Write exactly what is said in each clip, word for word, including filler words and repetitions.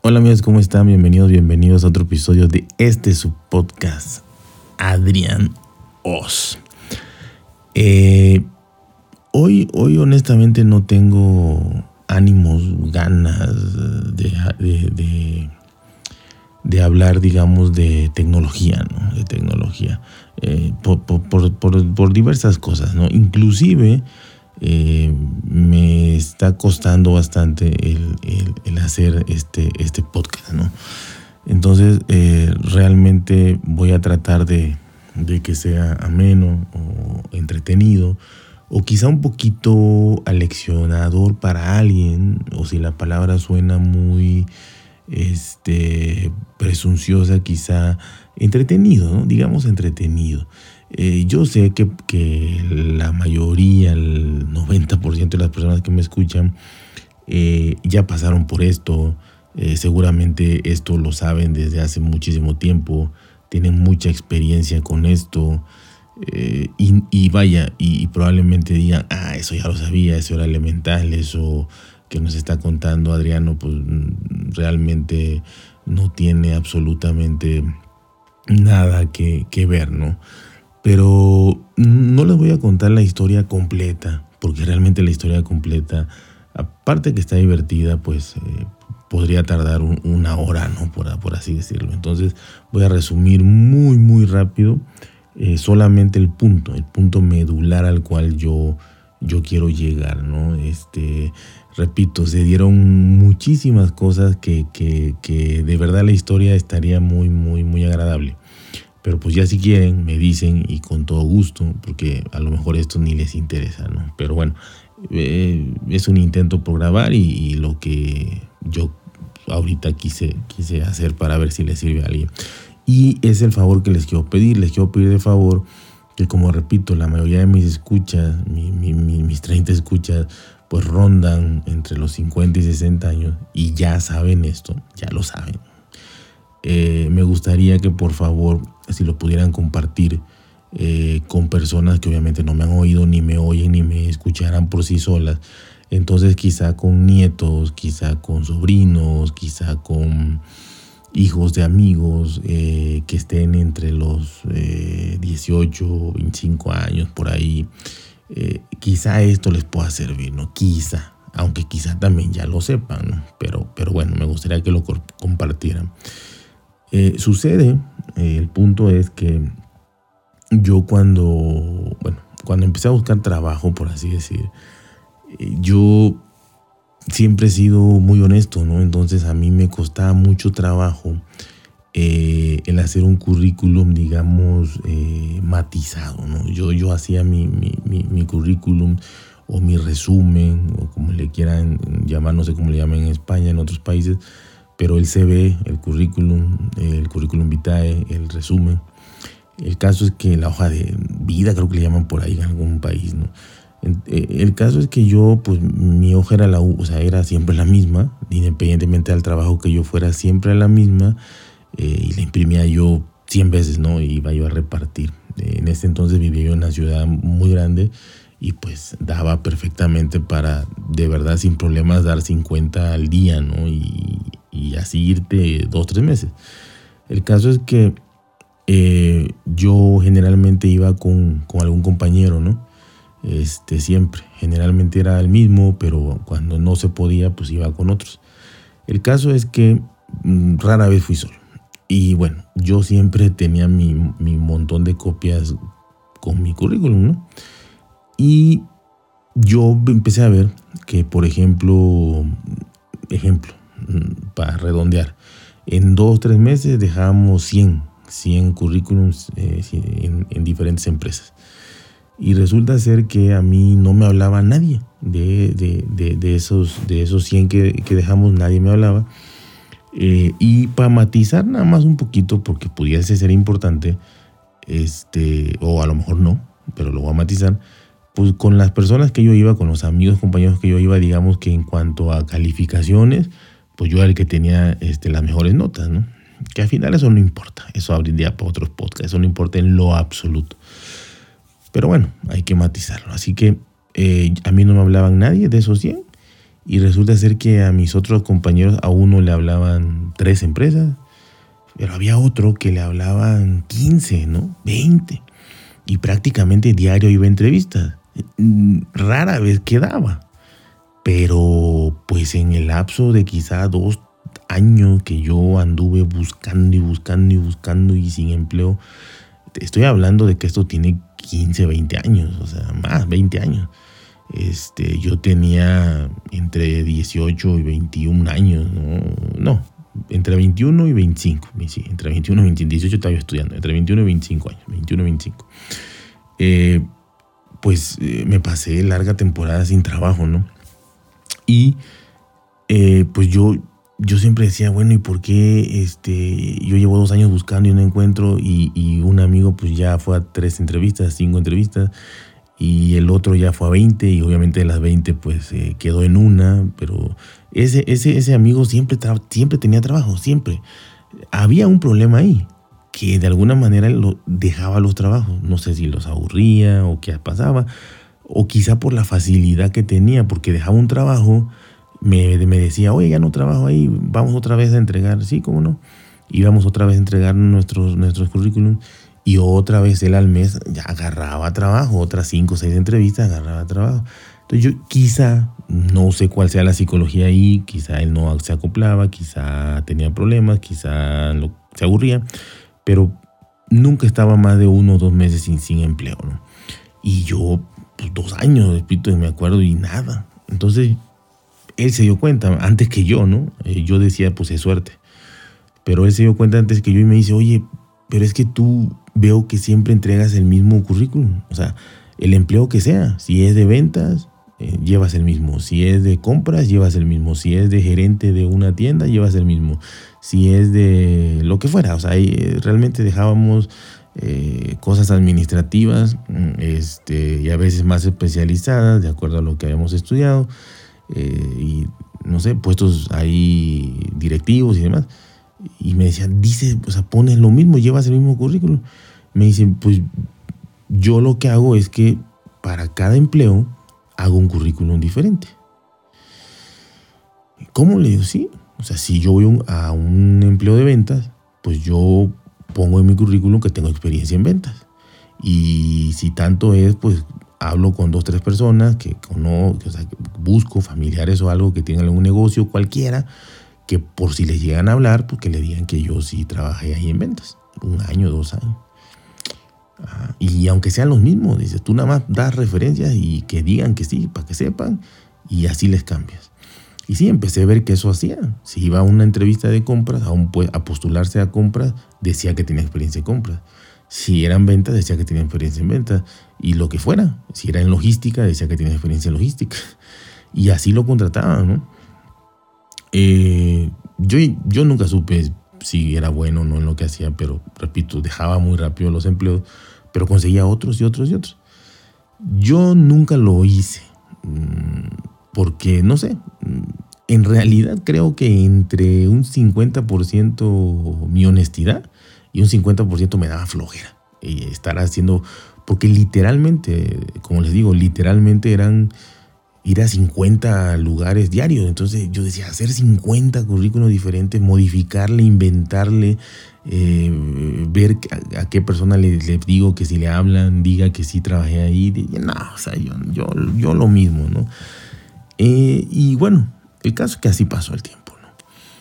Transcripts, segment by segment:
Hola amigos, ¿cómo están? Bienvenidos, bienvenidos a otro episodio de este su podcast, Adrián Oz. Eh, hoy, hoy honestamente no tengo ánimos, ganas de, de, de, de hablar, digamos, de tecnología, ¿no? De tecnología, eh, por, por, por, por, por diversas cosas, ¿no? Inclusive Eh, me está costando bastante el, el, el hacer este, este podcast, ¿no? Entonces, eh, realmente voy a tratar de, de que sea ameno o entretenido, o quizá un poquito aleccionador para alguien, o si la palabra suena muy este, presunciosa, quizá entretenido, ¿no? Digamos entretenido. Eh, yo sé que, que la mayoría, el noventa por ciento de las personas que me escuchan eh, ya pasaron por esto. Eh, seguramente esto lo saben desde hace muchísimo tiempo, tienen mucha experiencia con esto. Eh, y, y vaya, y, y probablemente digan, ah, eso ya lo sabía, eso era elemental, eso que nos está contando Adriano, pues realmente no tiene absolutamente nada que, que ver, ¿no? Pero no les voy a contar la historia completa, porque realmente la historia completa, aparte que está divertida, pues eh, podría tardar un, una hora, ¿no? Por, por así decirlo. Entonces voy a resumir muy, muy rápido eh, solamente el punto, el punto medular al cual yo, yo quiero llegar, ¿no? Este, repito, se dieron muchísimas cosas que, que, que de verdad la historia estaría muy, muy, muy agradable. Pero pues ya si quieren me dicen y con todo gusto, porque a lo mejor esto ni les interesa, ¿no? Pero bueno, eh, es un intento por grabar y, y lo que yo ahorita quise, quise hacer para ver si les sirve a alguien. Y es el favor que les quiero pedir, les quiero pedir de favor que, como repito, la mayoría de mis escuchas, mi, mi, mi, mis treinta escuchas, pues rondan entre los cincuenta y sesenta años y ya saben esto, ya lo saben. Eh, me gustaría que por favor, si lo pudieran compartir eh, con personas que obviamente no me han oído, ni me oyen, ni me escucharán por sí solas. Entonces quizá con nietos, quizá con sobrinos, quizá con hijos de amigos eh, que estén entre los eh, dieciocho, veinticinco años por ahí. Eh, quizá esto les pueda servir, ¿no? Quizá, aunque quizá también ya lo sepan, ¿no? Pero, pero bueno, me gustaría que lo compartieran. Eh, sucede, eh, el punto es que yo cuando, bueno, cuando empecé a buscar trabajo, por así decir, eh, yo siempre he sido muy honesto, ¿no? Entonces a mí me costaba mucho trabajo eh, el hacer un currículum, digamos, eh, matizado, ¿no? Yo, yo hacía mi, mi, mi, mi currículum o mi resumen, o como le quieran llamar, no sé cómo le llaman en España, en otros países, pero el C V, el currículum, el currículum vitae, el resumen. El caso es que la hoja de vida, creo que le llaman por ahí en algún país, ¿no? El caso es que yo, pues mi hoja era la, o sea, era siempre la misma, independientemente del trabajo que yo fuera, siempre la misma, eh, y la imprimía yo cien veces, ¿no? Y iba yo a repartir. En ese entonces vivía yo en una ciudad muy grande y pues daba perfectamente para, de verdad, sin problemas, dar cincuenta al día, ¿no? Y y así irte dos, tres meses. El caso es que eh, yo generalmente iba con, con algún compañero, ¿no? Este, siempre. Generalmente era el mismo, pero cuando no se podía, pues iba con otros. El caso es que mm, rara vez fui solo. Y bueno, yo siempre tenía mi, mi montón de copias con mi currículum, ¿no? Y yo empecé a ver que, por ejemplo, ejemplo, para redondear, en dos o tres meses dejábamos cien, cien currículums eh, en, en diferentes empresas. Y resulta ser que a mí no me hablaba nadie de, de, de, de, esos, de esos cien que, que dejamos, nadie me hablaba. Eh, y para matizar nada más un poquito, porque pudiese ser importante, este, o a lo mejor no, pero lo voy a matizar, pues con las personas que yo iba, con los amigos, compañeros que yo iba, digamos que en cuanto a calificaciones, pues yo era el que tenía este, las mejores notas, ¿no? Que al final eso no importa, eso abriría para otros podcasts, eso no importa en lo absoluto. Pero bueno, hay que matizarlo. Así que eh, a mí no me hablaban nadie de esos cien Y resulta ser que a mis otros compañeros a uno le hablaban tres empresas, pero había otro que le hablaban quince, ¿no? veinte. Y prácticamente diario iba a entrevistas. Rara vez quedaba. Pero pues en el lapso de quizá dos años que yo anduve buscando y buscando y buscando y sin empleo, te estoy hablando de que esto tiene quince, veinte años, o sea, más, veinte años. Este, yo tenía entre dieciocho y veintiún años, ¿no? No, entre veintiuno y veinticinco. Sí, entre veintiuno y veinticinco. dieciocho estaba yo estudiando, entre veintiuno y veinticinco años. veintiuno y veinticinco. Eh, pues eh, me pasé larga temporada sin trabajo, ¿no? Y eh, pues yo, yo siempre decía, bueno, ¿y por qué este, yo llevo dos años buscando y no encuentro? Y, y un amigo pues ya fue a tres entrevistas, cinco entrevistas. Y el otro ya fue a veinte y obviamente de las veinte pues eh, quedó en una, pero ese, ese, ese amigo siempre, tra- siempre tenía trabajo, siempre. Había un problema ahí, que de alguna manera lo dejaba los trabajos. No sé si los aburría o qué pasaba, o quizá por la facilidad que tenía, porque dejaba un trabajo, me, me decía, oye, ya no trabajo ahí, vamos otra vez a entregar. Sí, cómo no. Íbamos otra vez a entregar nuestros, nuestros currículums. Y otra vez él al mes ya agarraba trabajo, otras cinco o seis entrevistas agarraba trabajo. Entonces yo quizá, no sé cuál sea la psicología ahí, quizá él no se acoplaba, quizá tenía problemas, quizá lo, se aburría, pero nunca estaba más de uno o dos meses sin, sin empleo, ¿no? Y yo, pues dos años, repito, me acuerdo y nada. Entonces él se dio cuenta antes que yo, ¿no? Eh, yo decía, pues es suerte. Pero él se dio cuenta antes que yo y me dice, oye, pero es que tú veo que siempre entregas el mismo currículum. O sea, el empleo que sea. Si es de ventas, eh, llevas el mismo. Si es de compras, llevas el mismo. Si es de gerente de una tienda, llevas el mismo. Si es de lo que fuera. O sea, ahí, eh, realmente dejábamos eh, cosas administrativas este, y a veces más especializadas, de acuerdo a lo que habíamos estudiado. Eh, y, no sé, puestos ahí directivos y demás. Y me decían, dice, o sea, pones lo mismo, llevas el mismo currículum. Me dicen, pues yo lo que hago es que para cada empleo hago un currículum diferente. ¿Cómo? Le digo, sí. O sea, si yo voy un, a un empleo de ventas, pues yo pongo en mi currículum que tengo experiencia en ventas. Y si tanto es, pues hablo con dos, tres personas que conozco, o sea, busco familiares o algo que tengan algún negocio cualquiera, que por si les llegan a hablar, pues que le digan que yo sí trabajé ahí en ventas, un año, dos años. Ah, y aunque sean los mismos, dices, tú nada más das referencias y que digan que sí, para que sepan, y así les cambias. Y sí, empecé a ver que eso hacía. Si iba a una entrevista de compras, a, un, a postularse a compras, decía que tenía experiencia en compras. Si eran ventas, decía que tenía experiencia en ventas. Y lo que fuera. Si era en logística, decía que tenía experiencia en logística. Y así lo contrataban, ¿no? Eh, yo, yo nunca supe si era bueno o no en lo que hacía, pero repito, dejaba muy rápido los empleos, pero conseguía otros y otros y otros. Yo nunca lo hice, porque no sé, en realidad creo que entre un cincuenta por ciento mi honestidad y un cincuenta por ciento me daba flojera. Y estar haciendo, porque literalmente, como les digo, literalmente eran ir a cincuenta lugares diarios. Entonces yo decía, hacer cincuenta currículos diferentes, modificarle, inventarle, eh, ver a, a qué persona le, le digo que si le hablan, diga que sí trabajé ahí. No, o sea, yo, yo, yo lo mismo, ¿no? Eh, y bueno, el caso es que así pasó el tiempo, ¿no?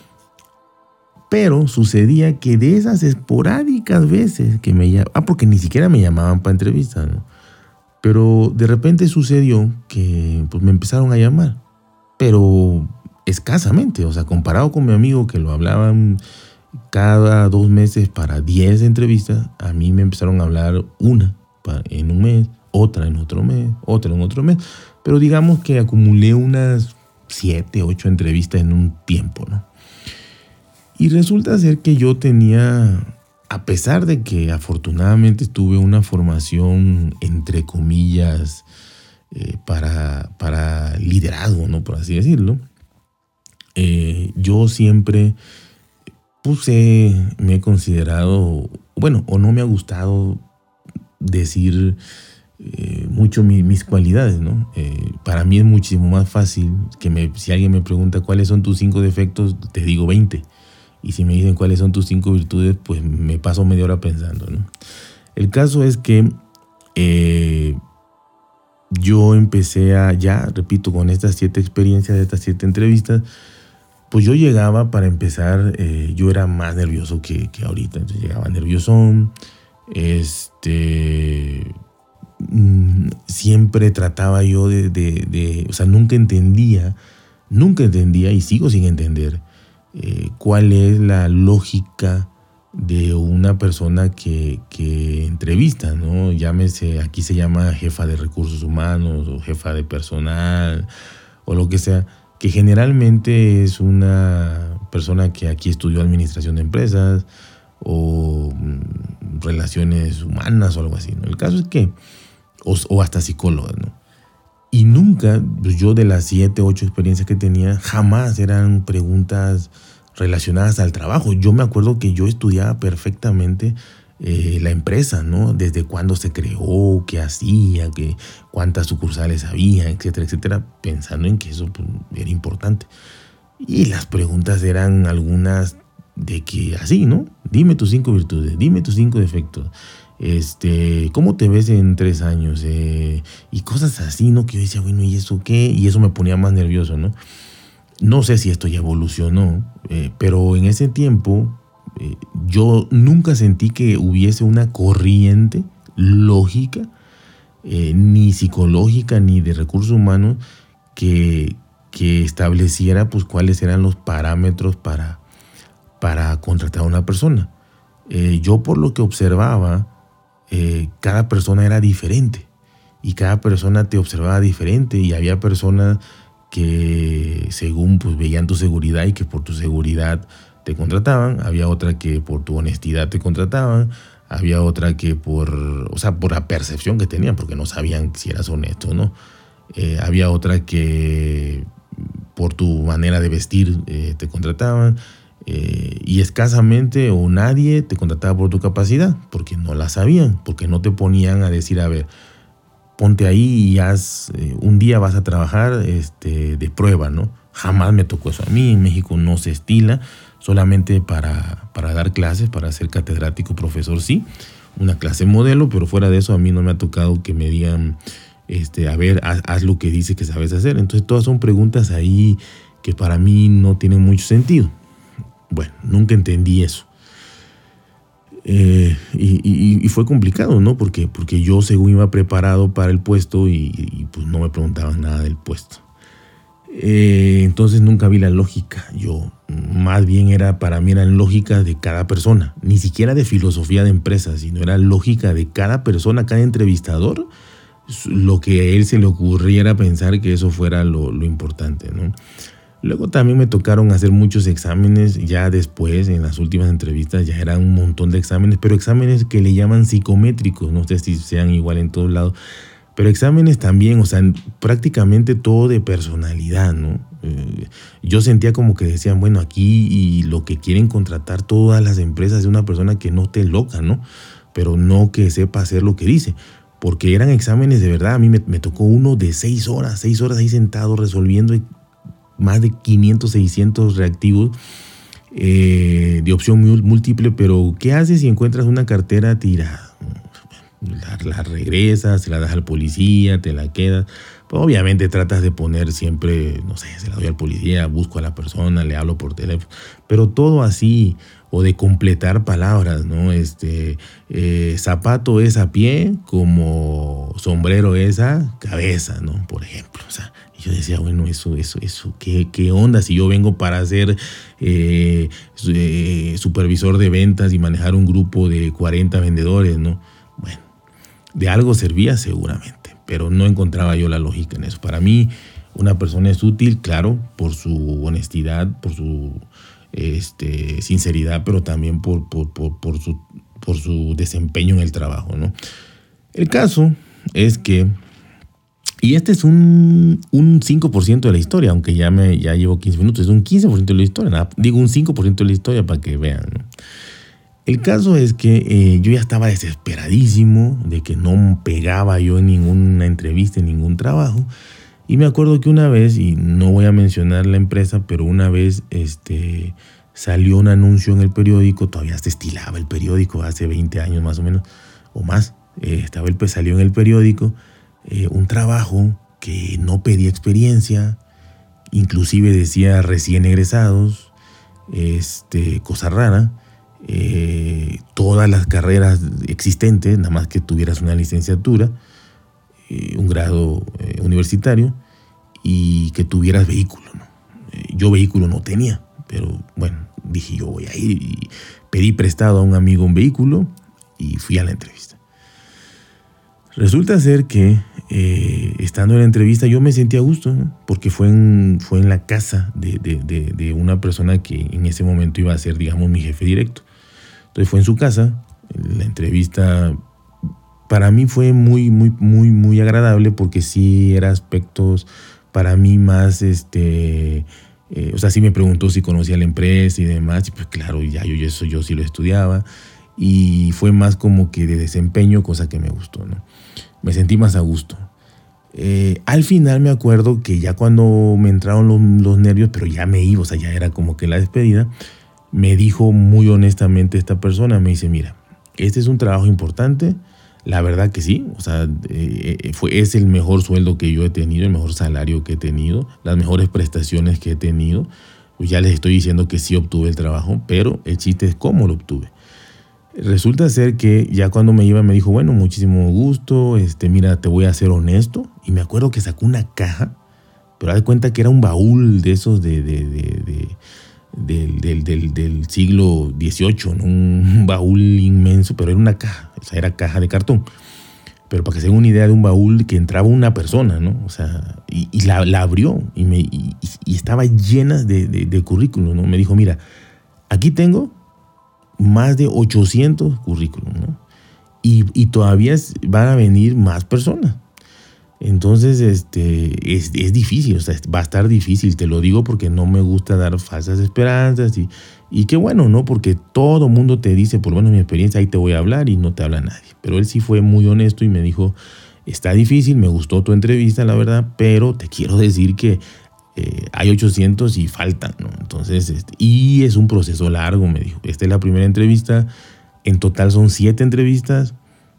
Pero sucedía que de esas esporádicas veces que me llamaban, ah, porque ni siquiera me llamaban para entrevistas, ¿no? Pero de repente sucedió que pues, me empezaron a llamar, pero escasamente, o sea, comparado con mi amigo que lo hablaban cada dos meses para diez entrevistas, a mí me empezaron a hablar una en un mes, otra en otro mes, otra en otro mes, pero digamos que acumulé unas siete, ocho entrevistas en un tiempo, ¿no? Y resulta ser que yo tenía, a pesar de que afortunadamente tuve una formación, entre comillas, eh, para, para liderazgo, ¿no? Por así decirlo, eh, yo siempre puse, me he considerado, bueno, o no me ha gustado decir eh, mucho mi, mis cualidades, ¿no? Eh, para mí es muchísimo más fácil que me, si alguien me pregunta cuáles son tus cinco defectos, te digo veinte. Y si me dicen cuáles son tus cinco virtudes, pues me paso media hora pensando, ¿no? El caso es que eh, yo empecé a, ya, repito, con estas siete experiencias, estas siete entrevistas, pues yo llegaba, para empezar, eh, yo era más nervioso que, que ahorita. Entonces llegaba nerviosón, este, mmm, siempre trataba yo de, de, de, o sea, nunca entendía, nunca entendía y sigo sin entender eh, cuál es la lógica de una persona que, que entrevista, ¿no? Llámese, aquí se llama jefa de recursos humanos o jefa de personal o lo que sea, que generalmente es una persona que aquí estudió administración de empresas o mm, relaciones humanas o algo así, ¿no? El caso es que, o, o hasta psicóloga, ¿no? Y nunca, pues yo de las siete, ocho experiencias que tenía, jamás eran preguntas relacionadas al trabajo. Yo me acuerdo que yo estudiaba perfectamente eh, la empresa, ¿no? Desde cuándo se creó, qué hacía, qué, cuántas sucursales había, etcétera, etcétera, pensando en que eso pues, era importante. Y las preguntas eran algunas de que así, ¿no? Dime tus cinco virtudes, dime tus cinco defectos. Este, ¿cómo te ves en tres años? Eh, y cosas así, ¿no? Que yo decía, bueno, ¿y eso qué? Y eso me ponía más nervioso, ¿no? No sé si esto ya evolucionó, eh, pero en ese tiempo eh, yo nunca sentí que hubiese una corriente lógica, eh, ni psicológica, ni de recursos humanos, que, que estableciera pues, cuáles eran los parámetros para, para contratar a una persona. Eh, yo por lo que observaba, eh, cada persona era diferente y cada persona te observaba diferente y había personas que según pues veían tu seguridad y que por tu seguridad te contrataban, había otra que por tu honestidad te contrataban, había otra que por, o sea, por la percepción que tenían, porque no sabían si eras honesto o no, eh, había otra que por tu manera de vestir eh, te contrataban, eh, y escasamente o nadie te contrataba por tu capacidad, porque no la sabían, porque no te ponían a decir, a ver, ponte ahí y haz, eh, un día vas a trabajar este, de prueba, ¿no? Jamás me tocó eso a mí. En México no se estila, solamente para, para dar clases, para ser catedrático, profesor, sí. Una clase modelo, pero fuera de eso a mí no me ha tocado que me digan, este, a ver, haz, haz lo que dice que sabes hacer. Entonces todas son preguntas ahí que para mí no tienen mucho sentido. Bueno, nunca entendí eso. Eh, y, y, y fue complicado, ¿no? Porque, porque yo según iba preparado para el puesto y, y pues no me preguntaban nada del puesto. Eh, entonces nunca vi la lógica. Yo más bien era, para mí eran lógicas de cada persona. Ni siquiera de filosofía de empresa, sino era lógica de cada persona, cada entrevistador. Lo que a él se le ocurriera pensar que eso fuera lo, lo importante, ¿no? Luego también me tocaron hacer muchos exámenes, ya después, en las últimas entrevistas, ya eran un montón de exámenes, pero exámenes que le llaman psicométricos, no sé si sean igual en todos lados, pero exámenes también, o sea, prácticamente todo de personalidad, ¿no? Eh, yo sentía como que decían, bueno, aquí y lo que quieren contratar todas las empresas es una persona que no esté loca, ¿no? Pero no que sepa hacer lo que dice. Porque eran exámenes de verdad, a mí me, me tocó uno de seis horas, seis horas ahí sentado resolviendo más de quinientos, seiscientos reactivos eh, de opción múltiple, pero ¿qué haces si encuentras una cartera tirada? La, la regresas, se la das al policía, te la quedas. Pues obviamente tratas de poner siempre, no sé, se la doy al policía, busco a la persona, le hablo por teléfono, pero todo así, o de completar palabras, ¿no? Este, eh, zapato es a pie como sombrero es a cabeza, ¿no? Por ejemplo, o sea, yo decía, bueno, eso, eso, eso, ¿qué, qué onda? Si yo vengo para ser eh, eh, supervisor de ventas y manejar un grupo de cuarenta vendedores, ¿no? Bueno, de algo servía seguramente, pero no encontraba yo la lógica en eso. Para mí, una persona es útil, claro, por su honestidad, por su este, sinceridad, pero también por, por, por, por, su, por su desempeño en el trabajo, ¿no? El caso es que, y este es un, un cinco por ciento de la historia, aunque ya, me, ya llevo quince minutos, es un quince por ciento de la historia, nada, digo un cinco por ciento de la historia para que vean, ¿no? El caso es que eh, yo ya estaba desesperadísimo de que no pegaba yo en ninguna entrevista, en ningún trabajo. Y me acuerdo que una vez, y no voy a mencionar la empresa, pero una vez este, salió un anuncio en el periódico, todavía se estilaba el periódico, hace veinte años más o menos, o más. Eh, estaba el, salió en el periódico eh, un trabajo que no pedía experiencia, inclusive decía recién egresados, este, cosa rara. Eh, todas las carreras existentes, nada más que tuvieras una licenciatura, eh, un grado eh, universitario y que tuvieras vehículo, ¿no? Eh, yo vehículo no tenía, pero bueno, dije yo voy a ir y pedí prestado a un amigo un vehículo y fui a la entrevista. Resulta ser que eh, estando en la entrevista yo me sentí a gusto, ¿no? Porque fue en, fue en la casa de, de, de, de una persona que en ese momento iba a ser, digamos, mi jefe directo. Entonces fue en su casa. La entrevista para mí fue muy, muy, muy, muy agradable porque sí era aspectos para mí más, este, eh, o sea, sí me preguntó si conocía la empresa y demás, y pues claro, ya yo eso yo sí lo estudiaba, y fue más como que de desempeño, cosa que me gustó, ¿no? Me sentí más a gusto. Eh, al final me acuerdo que ya cuando me entraron los, los nervios, pero ya me iba, o sea, ya era como que la despedida, me dijo muy honestamente esta persona, me dice, mira, este es un trabajo importante, la verdad que sí, o sea, eh, fue, es el mejor sueldo que yo he tenido, el mejor salario que he tenido, las mejores prestaciones que he tenido, pues ya les estoy diciendo que sí obtuve el trabajo, pero el chiste es cómo lo obtuve. Resulta ser que ya cuando me iba me dijo, bueno, muchísimo gusto, este, mira, te voy a ser honesto, y me acuerdo que sacó una caja, pero haz de cuenta que era un baúl de esos de... de, de, de Del, del, del, del siglo dieciocho, ¿no? Un baúl inmenso, pero era una caja, o sea, era caja de cartón. Pero para que se den una idea de un baúl que entraba una persona, ¿no? O sea, y, y la, la abrió y, me, y, y estaba llena de, de, de currículum, ¿no? Me dijo, mira, aquí tengo más de ochocientos currículum, ¿no? Y, y todavía van a venir más personas. Entonces, este, es, es difícil, o sea, va a estar difícil, te lo digo porque no me gusta dar falsas esperanzas y, y qué bueno, ¿no? Porque todo mundo te dice, por lo menos mi experiencia, ahí te voy a hablar y no te habla nadie. Pero él sí fue muy honesto y me dijo, está difícil, me gustó tu entrevista, la verdad, pero te quiero decir que eh, hay ochocientos y faltan, ¿no? Entonces, este, y es un proceso largo, me dijo. Esta es la primera entrevista, en total son siete entrevistas.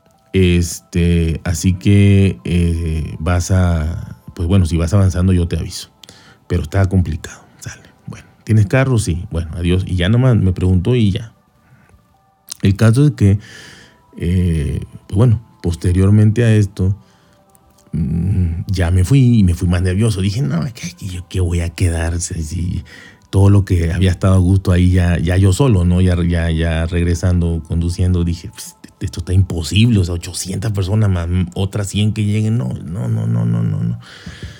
Este, así que eh, vas a, pues bueno, si vas avanzando yo te aviso, pero está complicado, sale. Bueno, ¿tienes carro? Sí, bueno, adiós. Y ya nomás me preguntó y ya. El caso es que, eh, pues bueno, posteriormente a esto, mmm, ya me fui y me fui más nervioso. Dije, no, ¿qué, yo qué voy a quedarse? Si todo lo que había estado a gusto ahí ya, ya yo solo, ¿no? Ya, ya, ya regresando, conduciendo, dije, pues, esto está imposible, o sea, ochocientas personas más otras cien que lleguen, no, no, no, no, no, no, no.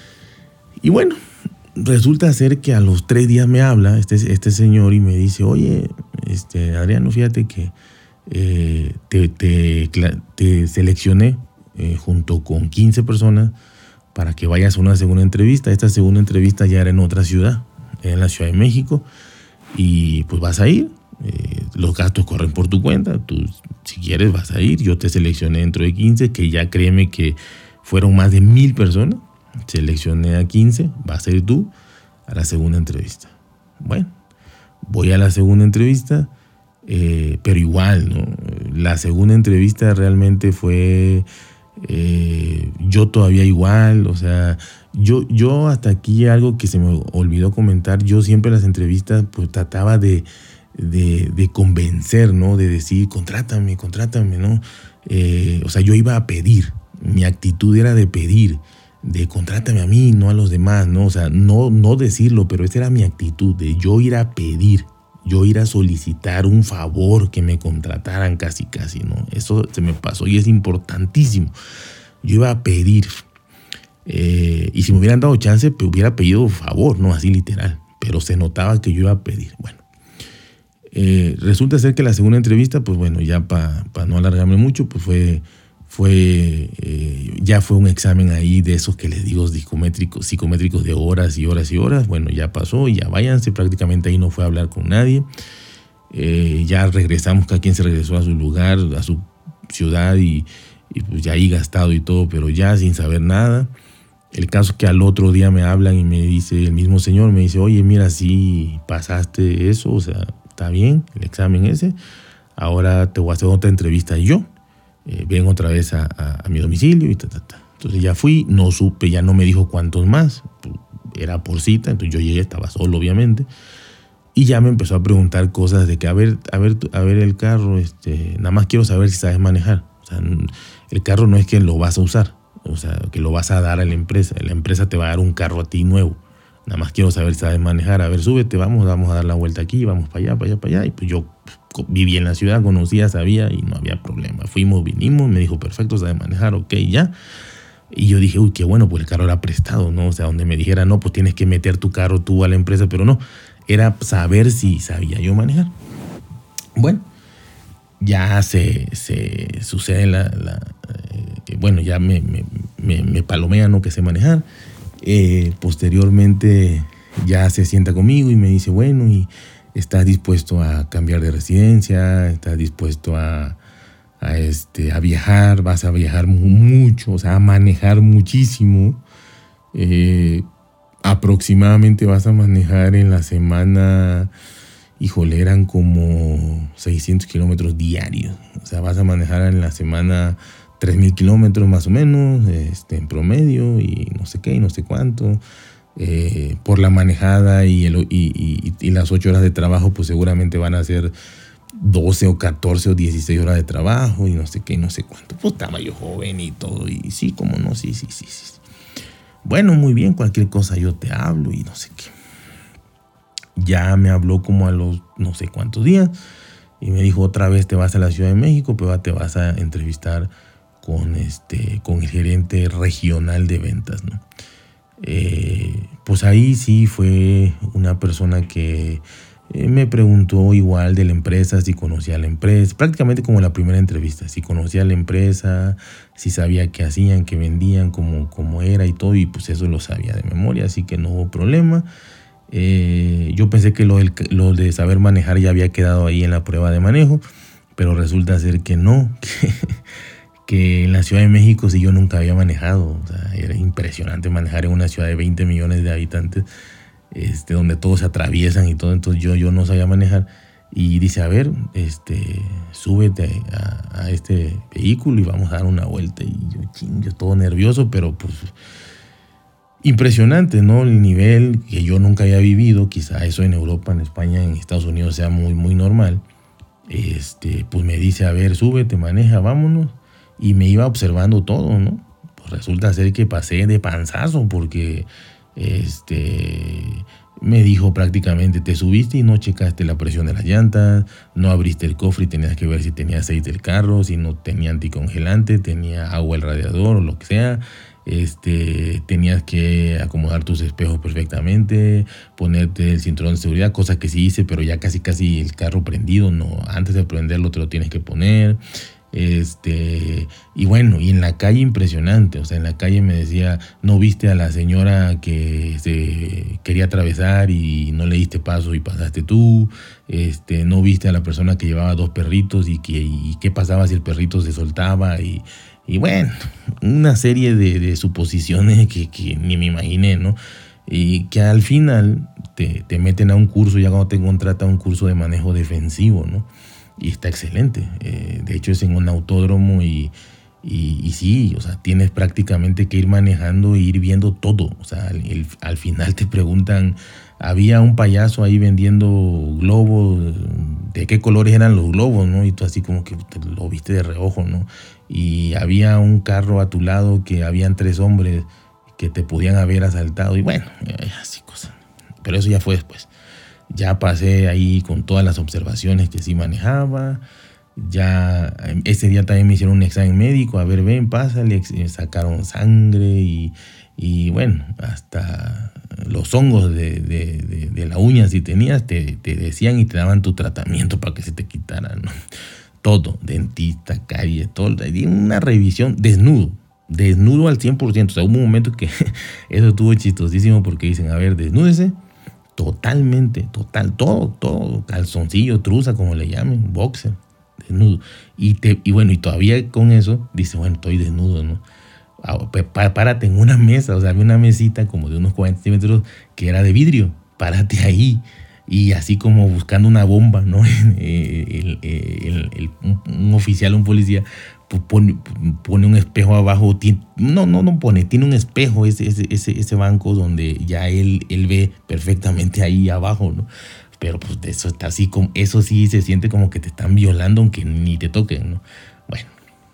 Y bueno, resulta ser que a los tres días me habla este, este señor y me dice, oye, este, Adriano, fíjate que eh, te, te, te seleccioné eh, junto con quince personas para que vayas a una segunda entrevista. Esta segunda entrevista ya era en otra ciudad, en la Ciudad de México, y pues vas a ir. Eh, los gastos corren por tu cuenta, tú si quieres vas a ir, yo te seleccioné dentro de quince, que ya créeme que fueron más de mil personas, seleccioné a quince, vas a ir tú a la segunda entrevista. Bueno, voy a la segunda entrevista, eh, pero igual, ¿no? La segunda entrevista realmente fue eh, yo todavía igual, o sea, yo, yo hasta aquí algo que se me olvidó comentar, yo siempre en las entrevistas pues trataba de De, de convencer, ¿no? De decir, contrátame, contrátame, ¿no? Eh, o sea, yo iba a pedir. Mi actitud era de pedir, de contrátame a mí, no a los demás, ¿no? O sea, no, no decirlo, pero esa era mi actitud, de yo ir a pedir, yo ir a solicitar un favor, que me contrataran casi, casi, ¿no? Eso se me pasó y es importantísimo. Yo iba a pedir. Eh, y si me hubieran dado chance, pues hubiera pedido favor, ¿no? Así literal. Pero se notaba que yo iba a pedir. Bueno. Eh, resulta ser que la segunda entrevista, pues bueno, ya para pa no alargarme mucho, pues fue, fue eh, ya fue un examen ahí de esos que les digo psicométricos, psicométricos de horas y horas y horas. Bueno, ya pasó y ya váyanse, prácticamente ahí no fue a hablar con nadie. Eh, ya regresamos, cada quien se regresó a su lugar, a su ciudad y, y pues ya ahí gastado y todo, pero ya sin saber nada. El caso es que al otro día me hablan y me dice, el mismo señor me dice, oye, mira, sí pasaste eso, o sea, está bien el examen ese, ahora te voy a hacer otra entrevista y yo eh, vengo otra vez a, a, a mi domicilio y ta, ta, ta. Entonces ya fui, no supe, ya no me dijo cuántos más, era por cita, entonces yo llegué, estaba solo obviamente. Y ya me empezó a preguntar cosas de que, a ver, a ver, a ver el carro, este, nada más quiero saber si sabes manejar. O sea, el carro no es que lo vas a usar, o sea, que lo vas a dar a la empresa. La empresa te va a dar un carro a ti nuevo. Nada más quiero saber si sabes manejar. A ver, súbete, vamos, vamos a dar la vuelta aquí, vamos para allá, para allá, para allá. Y pues yo vivía en la ciudad, conocía, sabía y no había problema. Fuimos, vinimos, me dijo, perfecto, sabes manejar, ok, ya. Y yo dije, uy, qué bueno, pues el carro era prestado, ¿no? O sea, donde me dijera, no, pues tienes que meter tu carro tú a la empresa, pero no. Era saber si sabía yo manejar. Bueno, ya se, se sucede la... la eh, bueno, ya me, me, me, me palomea, ¿no? Que sé manejar. Eh, posteriormente ya se sienta conmigo y me dice, bueno, ¿y estás dispuesto a cambiar de residencia? ¿Estás dispuesto a, a, este, a viajar? ¿Vas a viajar mucho? O sea, a manejar muchísimo. Eh... Aproximadamente vas a manejar en la semana, híjole, eran como seiscientos kilómetros diarios. O sea, vas a manejar en la semana tres mil kilómetros más o menos, este, en promedio, y no sé qué, y no sé cuánto. Eh, por la manejada y, el, y, y, y las ocho horas de trabajo, pues seguramente van a ser doce o catorce o dieciséis horas de trabajo, y no sé qué, y no sé cuánto. Pues estaba yo joven y todo, y sí, como no, sí, sí, sí, sí. Bueno, muy bien, cualquier cosa yo te hablo y no sé qué. Ya me habló como a los no sé cuántos días y me dijo, otra vez te vas a la Ciudad de México, pero te vas a entrevistar con, este, con el gerente regional de ventas, ¿no? Eh, pues ahí sí fue una persona que eh, me preguntó igual de la empresa, si conocía la empresa, prácticamente como la primera entrevista, si conocía la empresa, si sabía qué hacían, qué vendían, cómo, cómo era y todo, y pues eso lo sabía de memoria, así que no hubo problema. Eh, yo pensé que lo, del, lo de saber manejar ya había quedado ahí en la prueba de manejo, pero resulta ser que no, que, que en la Ciudad de México sí yo nunca había manejado. O sea, era impresionante manejar en una ciudad de veinte millones de habitantes, este, donde todos se atraviesan y todo, entonces yo, yo no sabía manejar. Y dice, a ver, este, súbete a, a este vehículo y vamos a dar una vuelta. Y yo, ching, yo todo nervioso, pero pues impresionante, ¿no? El nivel que yo nunca había vivido, quizá eso en Europa, en España, en Estados Unidos sea muy, muy normal. Este, pues me dice, a ver, súbete, maneja, vámonos. Y me iba observando todo, ¿no? Pues resulta ser que pasé de panzazo porque este, me dijo prácticamente, te subiste y no checaste la presión de las llantas, no abriste el cofre y tenías que ver si tenía aceite el carro, si no tenía anticongelante, tenía agua el radiador o lo que sea. Este, tenías que acomodar tus espejos perfectamente, ponerte el cinturón de seguridad, cosa que sí hice, pero ya casi casi el carro prendido, no, antes de prenderlo te lo tienes que poner. Este, y bueno, y en la calle impresionante, o sea, en la calle me decía, no viste a la señora que se quería atravesar y no le diste paso y pasaste tú, este, no viste a la persona que llevaba dos perritos y, que, y qué pasaba si el perrito se soltaba y, y bueno, una serie de, de suposiciones que, que ni me imaginé, ¿no? Y que al final te, te meten a un curso, ya cuando te contratan un curso de manejo defensivo, ¿no? Y está excelente. Eh, de hecho es en un autódromo y, y, y sí, o sea, tienes prácticamente que ir manejando e ir viendo todo. O sea, el, el, al final te preguntan, había un payaso ahí vendiendo globos, ¿de qué colores eran los globos, no? Y tú así como que lo viste de reojo, ¿no? Y había un carro a tu lado que habían tres hombres que te podían haber asaltado y bueno, así cosas. Pero eso ya fue después. Ya pasé ahí con todas las observaciones que sí manejaba. Ya ese día también me hicieron un examen médico. A ver, ven, pásale. Sacaron sangre y, y bueno, hasta los hongos de, de, de, de la uña, si tenías, te, te decían y te daban tu tratamiento para que se te quitaran, ¿no? Todo, dentista, carie, todo. Una revisión desnudo. Desnudo al cien por ciento. O sea, hubo un momento que eso estuvo chistosísimo porque dicen, a ver, desnúdese. totalmente, total, todo, todo, calzoncillo, truza, como le llamen, boxer, desnudo. Y, te, y bueno, y todavía con eso, dice, bueno, estoy desnudo, ¿no? Párate en una mesa, o sea, había una mesita como de unos cuarenta centímetros que era de vidrio, párate ahí. Y así como buscando una bomba, ¿no? el, el, el, el, un, un oficial, un policía, pone, pone un espejo abajo, tiene, no, no, no pone, tiene un espejo ese, ese, ese, ese banco donde ya él, él ve perfectamente ahí abajo, ¿no? Pero pues eso está así, como, eso sí se siente como que te están violando aunque ni te toquen, ¿no? Bueno,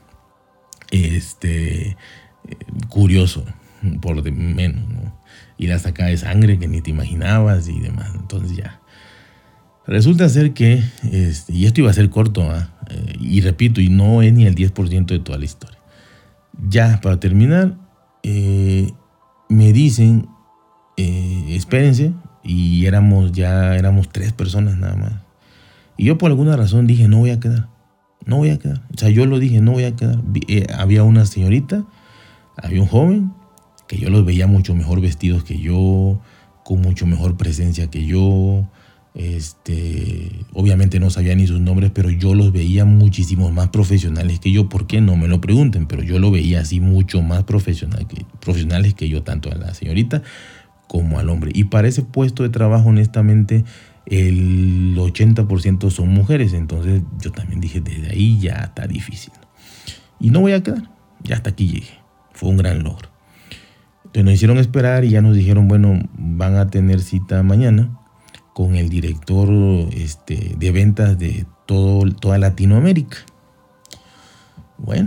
este, curioso, por de menos, ¿no? Y la sacada de sangre que ni te imaginabas y demás, entonces ya. Resulta ser que, este, y esto iba a ser corto, ¿eh? Eh, y repito, y no es ni el diez por ciento de toda la historia. Ya, para terminar, eh, me dicen, eh, espérense, y éramos ya, éramos tres personas nada más. Y yo por alguna razón dije, no voy a quedar, no voy a quedar. O sea, yo lo dije, no voy a quedar. Eh, había una señorita, había un joven, que yo los veía mucho mejor vestidos que yo, con mucho mejor presencia que yo. Este, obviamente no sabía ni sus nombres, pero yo los veía muchísimos más profesionales que yo. ¿Por qué? No me lo pregunten, pero yo lo veía así mucho más profesional que, profesionales que yo, tanto a la señorita como al hombre. Y para ese puesto de trabajo, honestamente, el ochenta por ciento son mujeres. Entonces yo también dije, desde ahí ya está difícil. Y no voy a quedar, ya hasta aquí llegué. Fue un gran logro. Entonces nos hicieron esperar y ya nos dijeron, bueno, van a tener cita mañana con el director este, de ventas de todo, toda Latinoamérica. Bueno,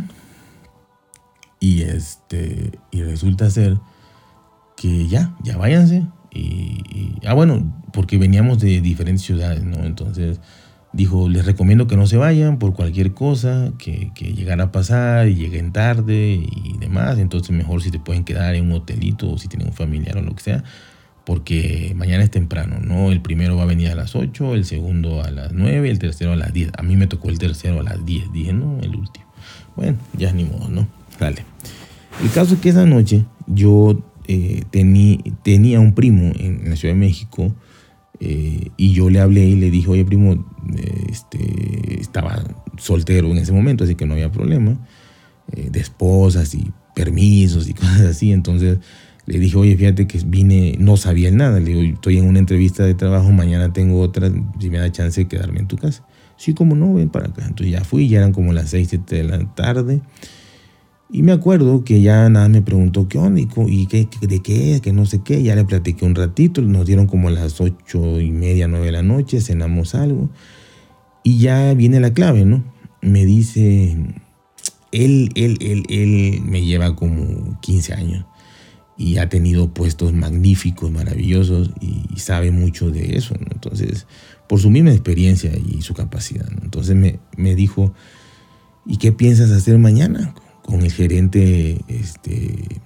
y, este, y resulta ser que ya, ya váyanse. Y, y, ah, bueno, porque veníamos de diferentes ciudades, ¿no? Entonces dijo, les recomiendo que no se vayan por cualquier cosa, que, que llegara a pasar y lleguen tarde y demás. Entonces mejor si te pueden quedar en un hotelito o si tienen un familiar o lo que sea, porque mañana es temprano, ¿no? El primero va a venir a las ocho, el segundo a las nueve, el tercero a las diez. A mí me tocó el tercero a las diez, dije, no, el último. Bueno, ya ni modo, ¿no? Dale. El caso es que esa noche yo eh, tení, tenía un primo en, en la Ciudad de México eh, y yo le hablé y le dije, oye, primo, eh, este, estaba soltero en ese momento, así que no había problema, eh, de esposas y permisos y cosas así, entonces le dije, oye, fíjate que vine, no sabía nada. Le digo, estoy en una entrevista de trabajo, mañana tengo otra, si me da chance de quedarme en tu casa. Sí, como no, ven para acá. Entonces ya fui, ya eran como las seis, siete de la tarde. Y me acuerdo que ya nada me preguntó, ¿qué onda? ¿Y qué, de qué es? Que no sé qué. Ya le platiqué un ratito, nos dieron como las ocho y media, nueve de la noche, cenamos algo. Y ya viene la clave, ¿no? Me dice, él, él, él, él me lleva como quince años. Y ha tenido puestos magníficos, maravillosos, y sabe mucho de eso, ¿no? Entonces, por su misma experiencia y su capacidad, ¿no? Entonces me, me dijo, ¿y qué piensas hacer mañana con el gerente este,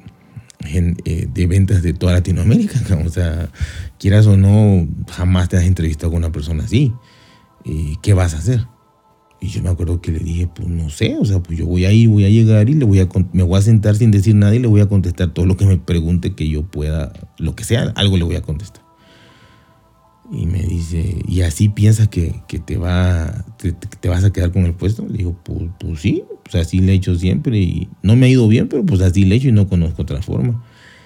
de ventas de toda Latinoamérica? O sea, quieras o no, jamás te has entrevistado con una persona así. ¿Qué vas a hacer? Y yo me acuerdo que le dije, pues no sé, o sea, pues yo voy a ir, voy a llegar y le voy a, me voy a sentar sin decir nada y le voy a contestar todo lo que me pregunte que yo pueda, lo que sea, algo le voy a contestar. Y me dice, ¿y así piensas que, que te, va, te, te vas a quedar con el puesto? Le digo, pues, pues sí, pues así le he hecho siempre y no me ha ido bien, pero pues así le he hecho y no conozco otra forma.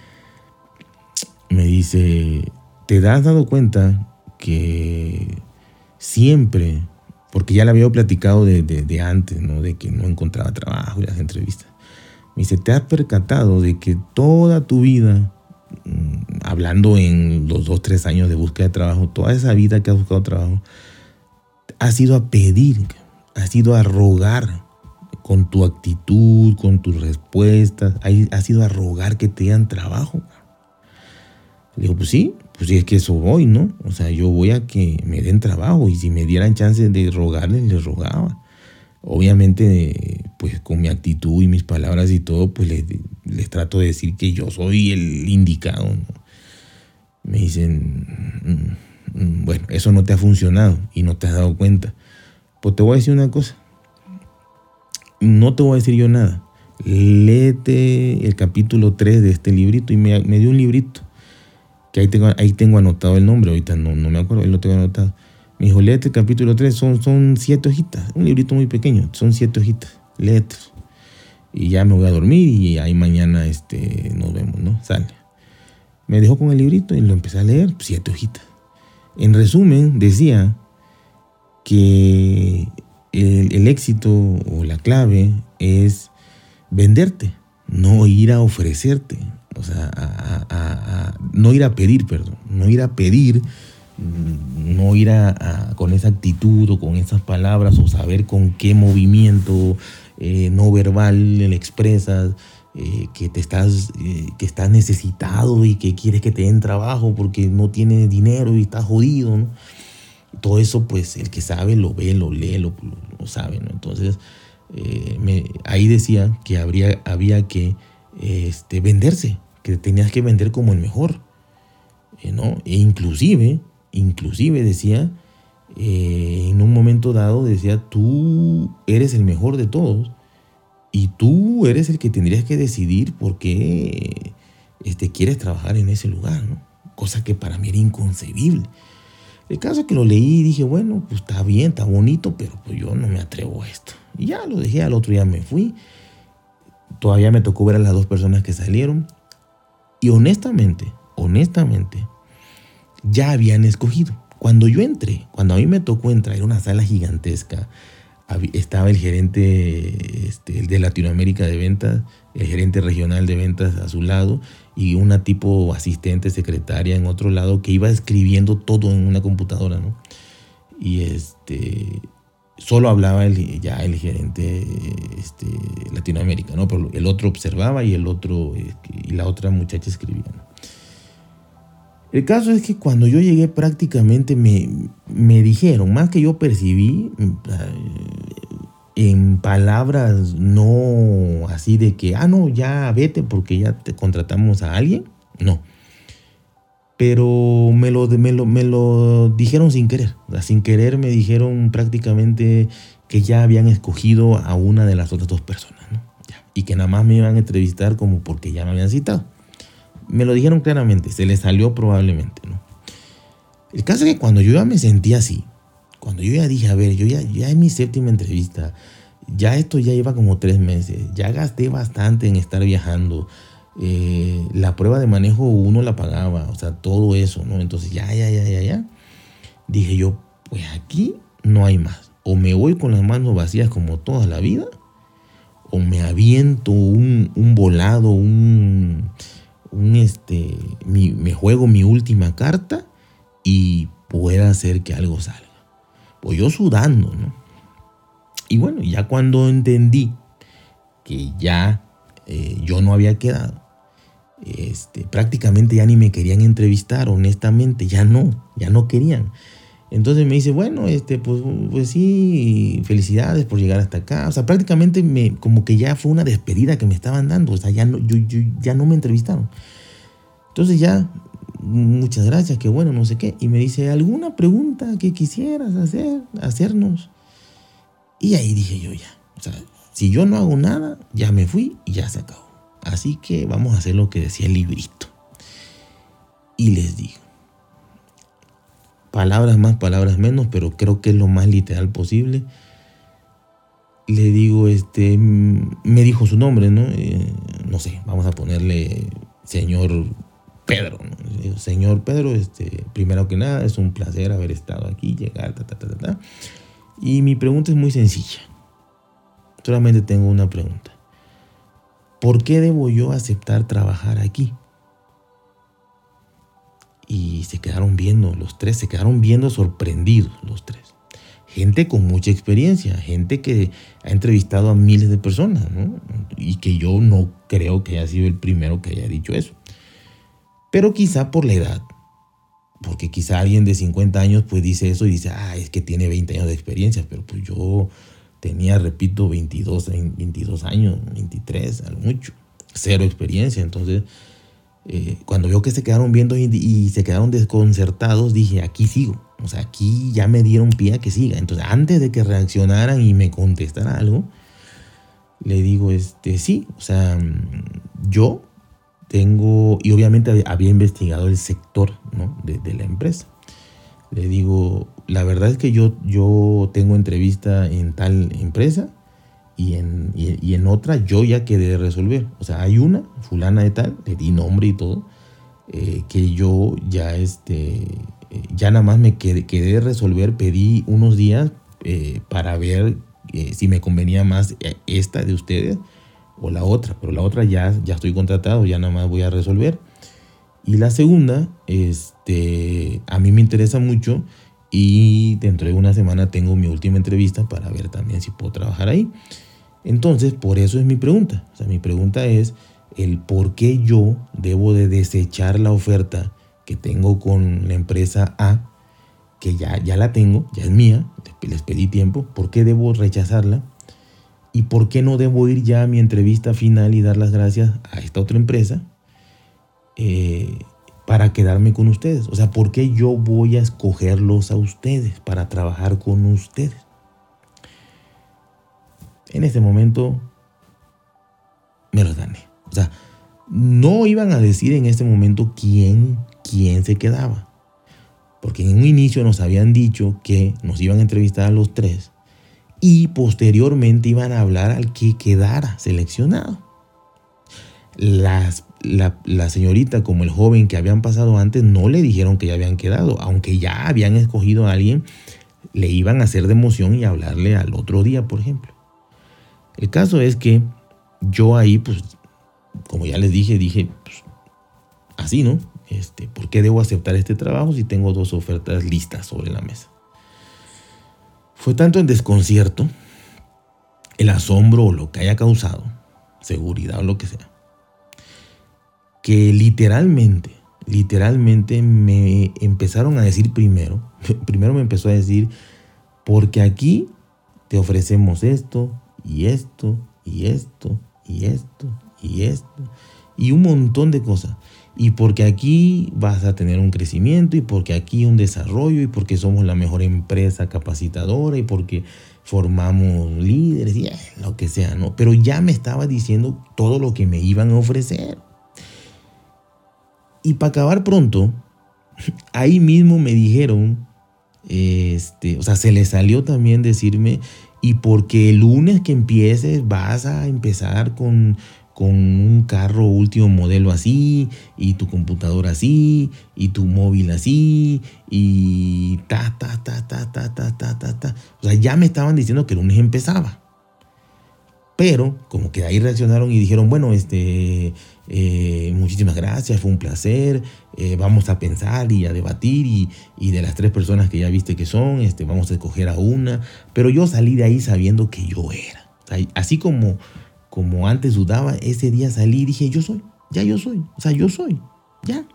Me dice, ¿te has dado cuenta que siempre... Porque ya le había platicado de, de, de antes, ¿no? De que no encontraba trabajo y las entrevistas. Me dice, ¿te has percatado de que toda tu vida, hablando en los dos, tres años de búsqueda de trabajo, toda esa vida que has buscado trabajo, has ido a pedir, has ido a rogar con tu actitud, con tus respuestas, has ido a rogar que te den trabajo? Le digo, pues sí, pues sí, es que eso voy, ¿no? O sea, yo voy a que me den trabajo y si me dieran chance de rogarles, les rogaba. Obviamente, pues con mi actitud y mis palabras y todo, pues les, les trato de decir que yo soy el indicado, ¿no? Me dicen, bueno, eso no te ha funcionado y no te has dado cuenta. Pues te voy a decir una cosa. No te voy a decir yo nada. Léete el capítulo tres de este librito y me, me dio un librito que ahí tengo, ahí tengo anotado el nombre, ahorita no, no me acuerdo, ahí lo tengo anotado. Me dijo, léete el capítulo tres, son, son siete hojitas, un librito muy pequeño, son siete hojitas, léete. Y ya me voy a dormir y ahí mañana este, nos vemos, ¿no? Sale. Me dejó con el librito y lo empecé a leer, siete hojitas. En resumen, decía que el, el éxito o la clave es venderte, no ir a ofrecerte, o sea, a, a, a, no ir a pedir, perdón, no ir a pedir, no ir a, a, con esa actitud o con esas palabras o saber con qué movimiento eh, no verbal le expresas eh, que te estás, eh, que estás necesitado y que quieres que te den trabajo porque no tienes dinero y estás jodido, ¿no? Todo eso, pues, el que sabe lo ve, lo lee, lo, lo sabe, ¿no? Entonces, eh, me, ahí decía que habría, había que este, venderse, que tenías que vender como el mejor, eh, ¿no? E inclusive, inclusive decía, eh, en un momento dado, decía, tú eres el mejor de todos y tú eres el que tendrías que decidir por qué este, quieres trabajar en ese lugar, ¿no? Cosa que para mí era inconcebible. El caso es que lo leí y dije, bueno, pues está bien, está bonito, pero pues yo no me atrevo a esto. Y ya lo dejé, al otro día me fui. Todavía me tocó ver a las dos personas que salieron. Y honestamente, honestamente, ya habían escogido. Cuando yo entré, cuando a mí me tocó entrar, era una sala gigantesca. Estaba el gerente este, el de Latinoamérica de ventas, el gerente regional de ventas a su lado y una tipo asistente, secretaria en otro lado que iba escribiendo todo en una computadora, ¿no? Y este, solo hablaba el, ya el gerente este, Latinoamérica, ¿no? Pero el otro observaba y el otro y la otra muchacha escribía, ¿no? El caso es que cuando yo llegué prácticamente me, me dijeron, más que yo percibí, en palabras no así de que, ah, no, ya vete porque ya te contratamos a alguien, no. Pero me lo, me lo, me lo dijeron sin querer, o sea, sin querer me dijeron prácticamente que ya habían escogido a una de las otras dos personas, ¿no? Ya, y que nada más me iban a entrevistar como porque ya me habían citado. Me lo dijeron claramente, se les salió probablemente, ¿no? El caso es que cuando yo ya me sentí así, cuando yo ya dije, a ver, yo ya, ya en mi séptima entrevista, ya esto ya lleva como tres meses, ya gasté bastante en estar viajando, eh, la prueba de manejo uno la pagaba, o sea, todo eso, ¿no? Entonces ya, ya, ya, ya, ya, dije yo, pues aquí no hay más. O me voy con las manos vacías como toda la vida, o me aviento un, un volado, un... Un este, mi, me juego mi última carta y pueda hacer que algo salga. Pues yo sudando, ¿no? Y bueno, ya cuando entendí que ya eh, yo no había quedado, este, prácticamente ya ni me querían entrevistar, honestamente, ya no, ya no querían. Entonces me dice, bueno, este, pues, pues sí, felicidades por llegar hasta acá. O sea, prácticamente me, como que ya fue una despedida que me estaban dando. O sea, ya no, yo, yo, ya no me entrevistaron. Entonces ya, muchas gracias, qué bueno, no sé qué. Y me dice, ¿alguna pregunta que quisieras hacer, hacernos? Y ahí dije yo ya, o sea, si yo no hago nada, ya me fui y ya se acabó. Así que vamos a hacer lo que decía el librito. Y les digo, palabras más, palabras menos, pero creo que es lo más literal posible. Le digo, este, me dijo su nombre, ¿no? Eh, no sé, vamos a ponerle señor Pedro, ¿no? Le digo, señor Pedro, este, primero que nada, es un placer haber estado aquí, llegar, ta, ta, ta, ta, ta. Y mi pregunta es muy sencilla. Solamente tengo una pregunta. ¿Por qué debo yo aceptar trabajar aquí? Y se quedaron viendo, los tres se quedaron viendo sorprendidos, los tres. Gente con mucha experiencia, gente que ha entrevistado a miles de personas, ¿no? Y que yo no creo que haya sido el primero que haya dicho eso. Pero quizá por la edad, porque quizá alguien de cincuenta años pues dice eso y dice, ah, es que tiene veinte años de experiencia, pero pues yo tenía, repito, veintidós, veintidós años, veintitrés, a lo mucho, cero experiencia. Entonces, eh, cuando veo que se quedaron viendo y, y se quedaron desconcertados, dije, aquí sigo. O sea, aquí ya me dieron pie a que siga. Entonces, antes de que reaccionaran y me contestaran algo, le digo, este, sí, o sea, yo tengo, y obviamente había investigado el sector, ¿no? de, de la empresa. Le digo, la verdad es que yo, yo tengo entrevista en tal empresa y en, y, y en otra yo ya quedé de resolver. O sea, hay una, fulana de tal, le di nombre y todo, eh, que yo ya, este, ya nada más me quedé, quedé de resolver, pedí unos días eh, para ver eh, si me convenía más esta de ustedes o la otra, pero la otra ya, ya estoy contratado, ya nada más voy a resolver. Y la segunda, este, a mí me interesa mucho y dentro de una semana tengo mi última entrevista para ver también si puedo trabajar ahí. Entonces, por eso es mi pregunta. O sea, mi pregunta es el por qué yo debo de desechar la oferta que tengo con la empresa A, que ya, ya la tengo, ya es mía, les pedí tiempo. ¿Por qué debo rechazarla? ¿Y por qué no debo ir ya a mi entrevista final y dar las gracias a esta otra empresa eh, para quedarme con ustedes? O sea, ¿por qué yo voy a escogerlos a ustedes para trabajar con ustedes? En ese momento me los gané. O sea, no iban a decir en ese momento quién, quién se quedaba. Porque en un inicio nos habían dicho que nos iban a entrevistar a los tres y posteriormente iban a hablar al que quedara seleccionado. Las, la, la señorita como el joven que habían pasado antes no le dijeron que ya habían quedado, aunque ya habían escogido a alguien, le iban a hacer de emoción y hablarle al otro día, por ejemplo. El caso es que yo ahí, pues, como ya les dije, dije, pues, así, ¿no? Este, ¿por qué debo aceptar este trabajo si tengo dos ofertas listas sobre la mesa? Fue tanto el desconcierto, el asombro o lo que haya causado, seguridad o lo que sea, que literalmente, literalmente me empezaron a decir primero, primero me empezó a decir, porque aquí te ofrecemos esto y esto y esto y esto y esto y un montón de cosas. Y porque aquí vas a tener un crecimiento y porque aquí un desarrollo y porque somos la mejor empresa capacitadora y porque formamos líderes y eh, lo que sea, ¿no? Pero ya me estaba diciendo todo lo que me iban a ofrecer. Y para acabar pronto, ahí mismo me dijeron, este, o sea, se les salió también decirme, y porque el lunes que empieces vas a empezar con, con un carro último modelo así, y tu computadora así, y tu móvil así, y ta, ta, ta, ta, ta, ta, ta, ta, ta. O sea, ya me estaban diciendo que el lunes empezaba. Pero como que ahí reaccionaron y dijeron, bueno, este, eh, muchísimas gracias, fue un placer, eh, vamos a pensar y a debatir y, y de las tres personas que ya viste que son, este, vamos a escoger a una. Pero yo salí de ahí sabiendo que yo era. O sea, así como, como antes dudaba, ese día salí y dije, yo soy, ya yo soy, o sea, yo soy, ya.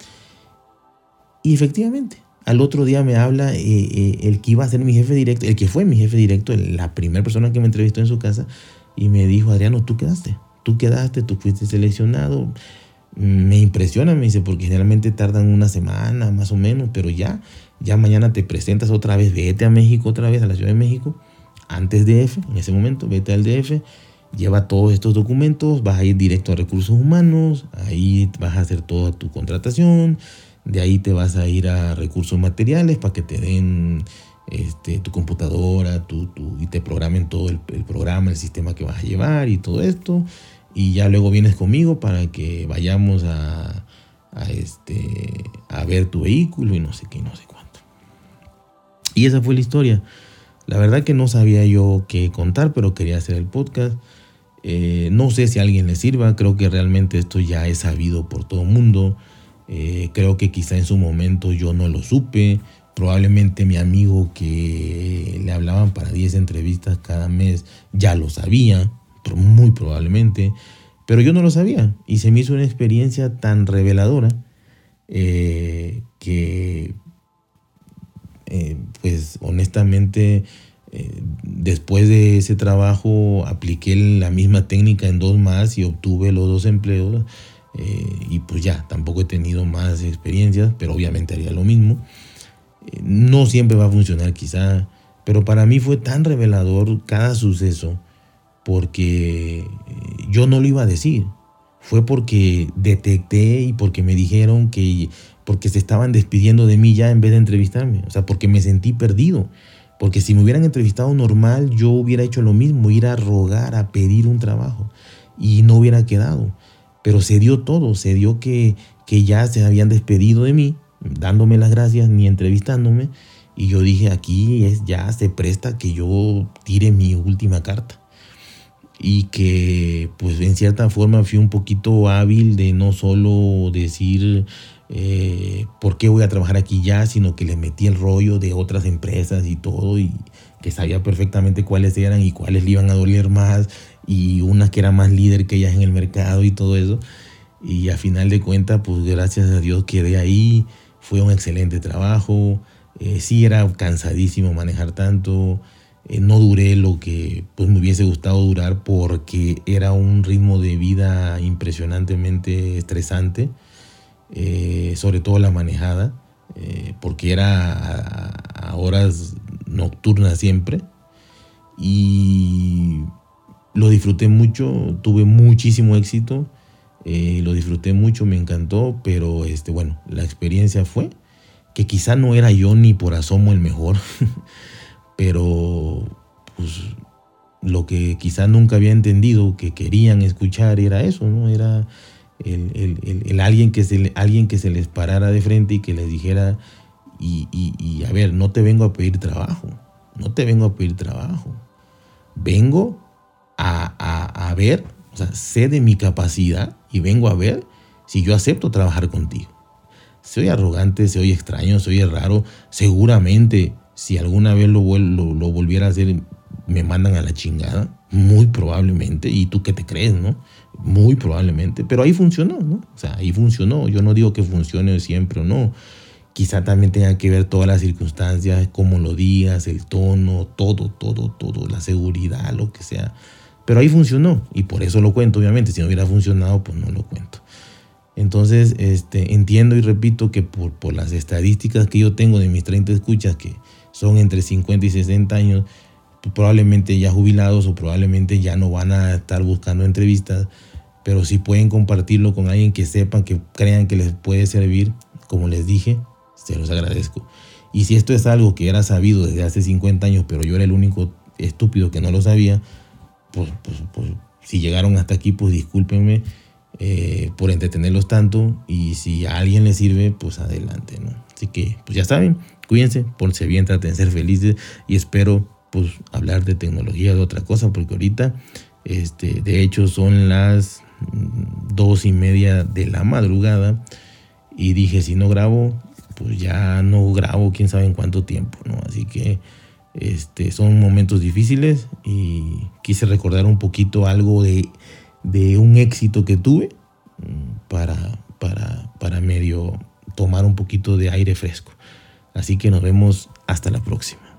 Y efectivamente, al otro día me habla eh, eh, el que iba a ser mi jefe directo, el que fue mi jefe directo, la primera persona que me entrevistó en su casa, y me dijo, Adriano, tú quedaste, tú quedaste, tú fuiste seleccionado. Me impresiona, me dice, porque generalmente tardan una semana más o menos, pero ya, ya mañana te presentas otra vez, vete a México otra vez, a la Ciudad de México, antes D F, en ese momento, vete al D F, lleva todos estos documentos, vas a ir directo a Recursos Humanos, ahí vas a hacer toda tu contratación, de ahí te vas a ir a Recursos Materiales para que te den este, tu computadora tu, tu, y te programen todo el, el programa, el sistema que vas a llevar y todo esto. Y ya luego vienes conmigo para que vayamos a, a, este, a ver tu vehículo y no sé qué, no sé cuánto. Y esa fue la historia. La verdad que no sabía yo qué contar, pero quería hacer el podcast. Eh, no sé si a alguien le sirva. Creo que realmente esto ya es sabido por todo el mundo. Eh, creo que quizá en su momento yo no lo supe. Probablemente mi amigo que le hablaban para diez entrevistas cada mes ya lo sabía, muy probablemente, pero yo no lo sabía y se me hizo una experiencia tan reveladora eh, que eh, pues honestamente eh, después de ese trabajo apliqué la misma técnica en dos más y obtuve los dos empleos eh, y pues ya, tampoco he tenido más experiencias, pero obviamente haría lo mismo. No siempre va a funcionar quizá, pero para mí fue tan revelador cada suceso porque yo no lo iba a decir. fue porque detecté y porque me dijeron que, porque se estaban despidiendo de mí ya en vez de entrevistarme. O sea, porque me sentí perdido. Porque si me hubieran entrevistado normal, yo hubiera hecho lo mismo, ir a rogar, a pedir un trabajo y no hubiera quedado. Pero se dio todo, se dio que, que ya se habían despedido de mí, dándome las gracias ni entrevistándome. Y yo dije, aquí es, ya se presta que yo tire mi última carta. Y que pues en cierta forma fui un poquito hábil de no solo decir eh, por qué voy a trabajar aquí ya, sino que les metí el rollo de otras empresas y todo, y que sabía perfectamente cuáles eran y cuáles le iban a doler más, y unas que eran más líder que ellas en el mercado y todo eso. Y a final de cuentas, pues gracias a Dios quedé ahí, fue un excelente trabajo. Eh, sí era cansadísimo manejar tanto. Eh, no duré lo que pues, me hubiese gustado durar, porque era un ritmo de vida impresionantemente estresante, eh, sobre todo la manejada, eh, porque era a, a horas nocturnas siempre. Y lo disfruté mucho, tuve muchísimo éxito, eh, lo disfruté mucho, me encantó, pero este, bueno, la experiencia fue que quizá no era yo ni por asomo el mejor, pero pues lo que quizá nunca había entendido que querían escuchar era eso, ¿no? Era el, el, el, el alguien, que se, alguien que se les parara de frente y que les dijera, y, y, y a ver, no te vengo a pedir trabajo, no te vengo a pedir trabajo, vengo a, a, a ver, o sea, sé de mi capacidad y vengo a ver si yo acepto trabajar contigo. Soy arrogante, soy extraño, soy raro, seguramente si alguna vez lo, lo, lo volviera a hacer, me mandan a la chingada, muy probablemente. ¿Y tú qué te crees, no? Muy probablemente, pero ahí funcionó, ¿no? O sea, ahí funcionó. Yo no digo que funcione siempre o no. Quizá también tenga que ver todas las circunstancias, cómo lo digas, el tono, todo, todo, todo, la seguridad, lo que sea. Pero ahí funcionó y por eso lo cuento, obviamente. Si no hubiera funcionado, pues no lo cuento. Entonces, este, entiendo y repito que por, por las estadísticas que yo tengo de mis treinta escuchas, que son entre cincuenta y sesenta años, pues probablemente ya jubilados o probablemente ya no van a estar buscando entrevistas, pero si pueden compartirlo con alguien que sepan, que crean que les puede servir, como les dije, se los agradezco. Y si esto es algo que era sabido desde hace cincuenta años, pero yo era el único estúpido que no lo sabía, pues, pues, pues si llegaron hasta aquí, pues discúlpenme eh, por entretenerlos tanto, y si a alguien le sirve, pues adelante, ¿no? Así que, pues ya saben, cuídense, pónganse bien, traten de ser felices, y espero pues hablar de tecnología, de otra cosa, porque ahorita, este, de hecho, son las dos y media de la madrugada, y dije, si no grabo, pues ya no grabo quién sabe en cuánto tiempo, ¿no? Así que este, son momentos difíciles y quise recordar un poquito algo de, de un éxito que tuve para, para, para medio tomar un poquito de aire fresco. Así que nos vemos hasta la próxima.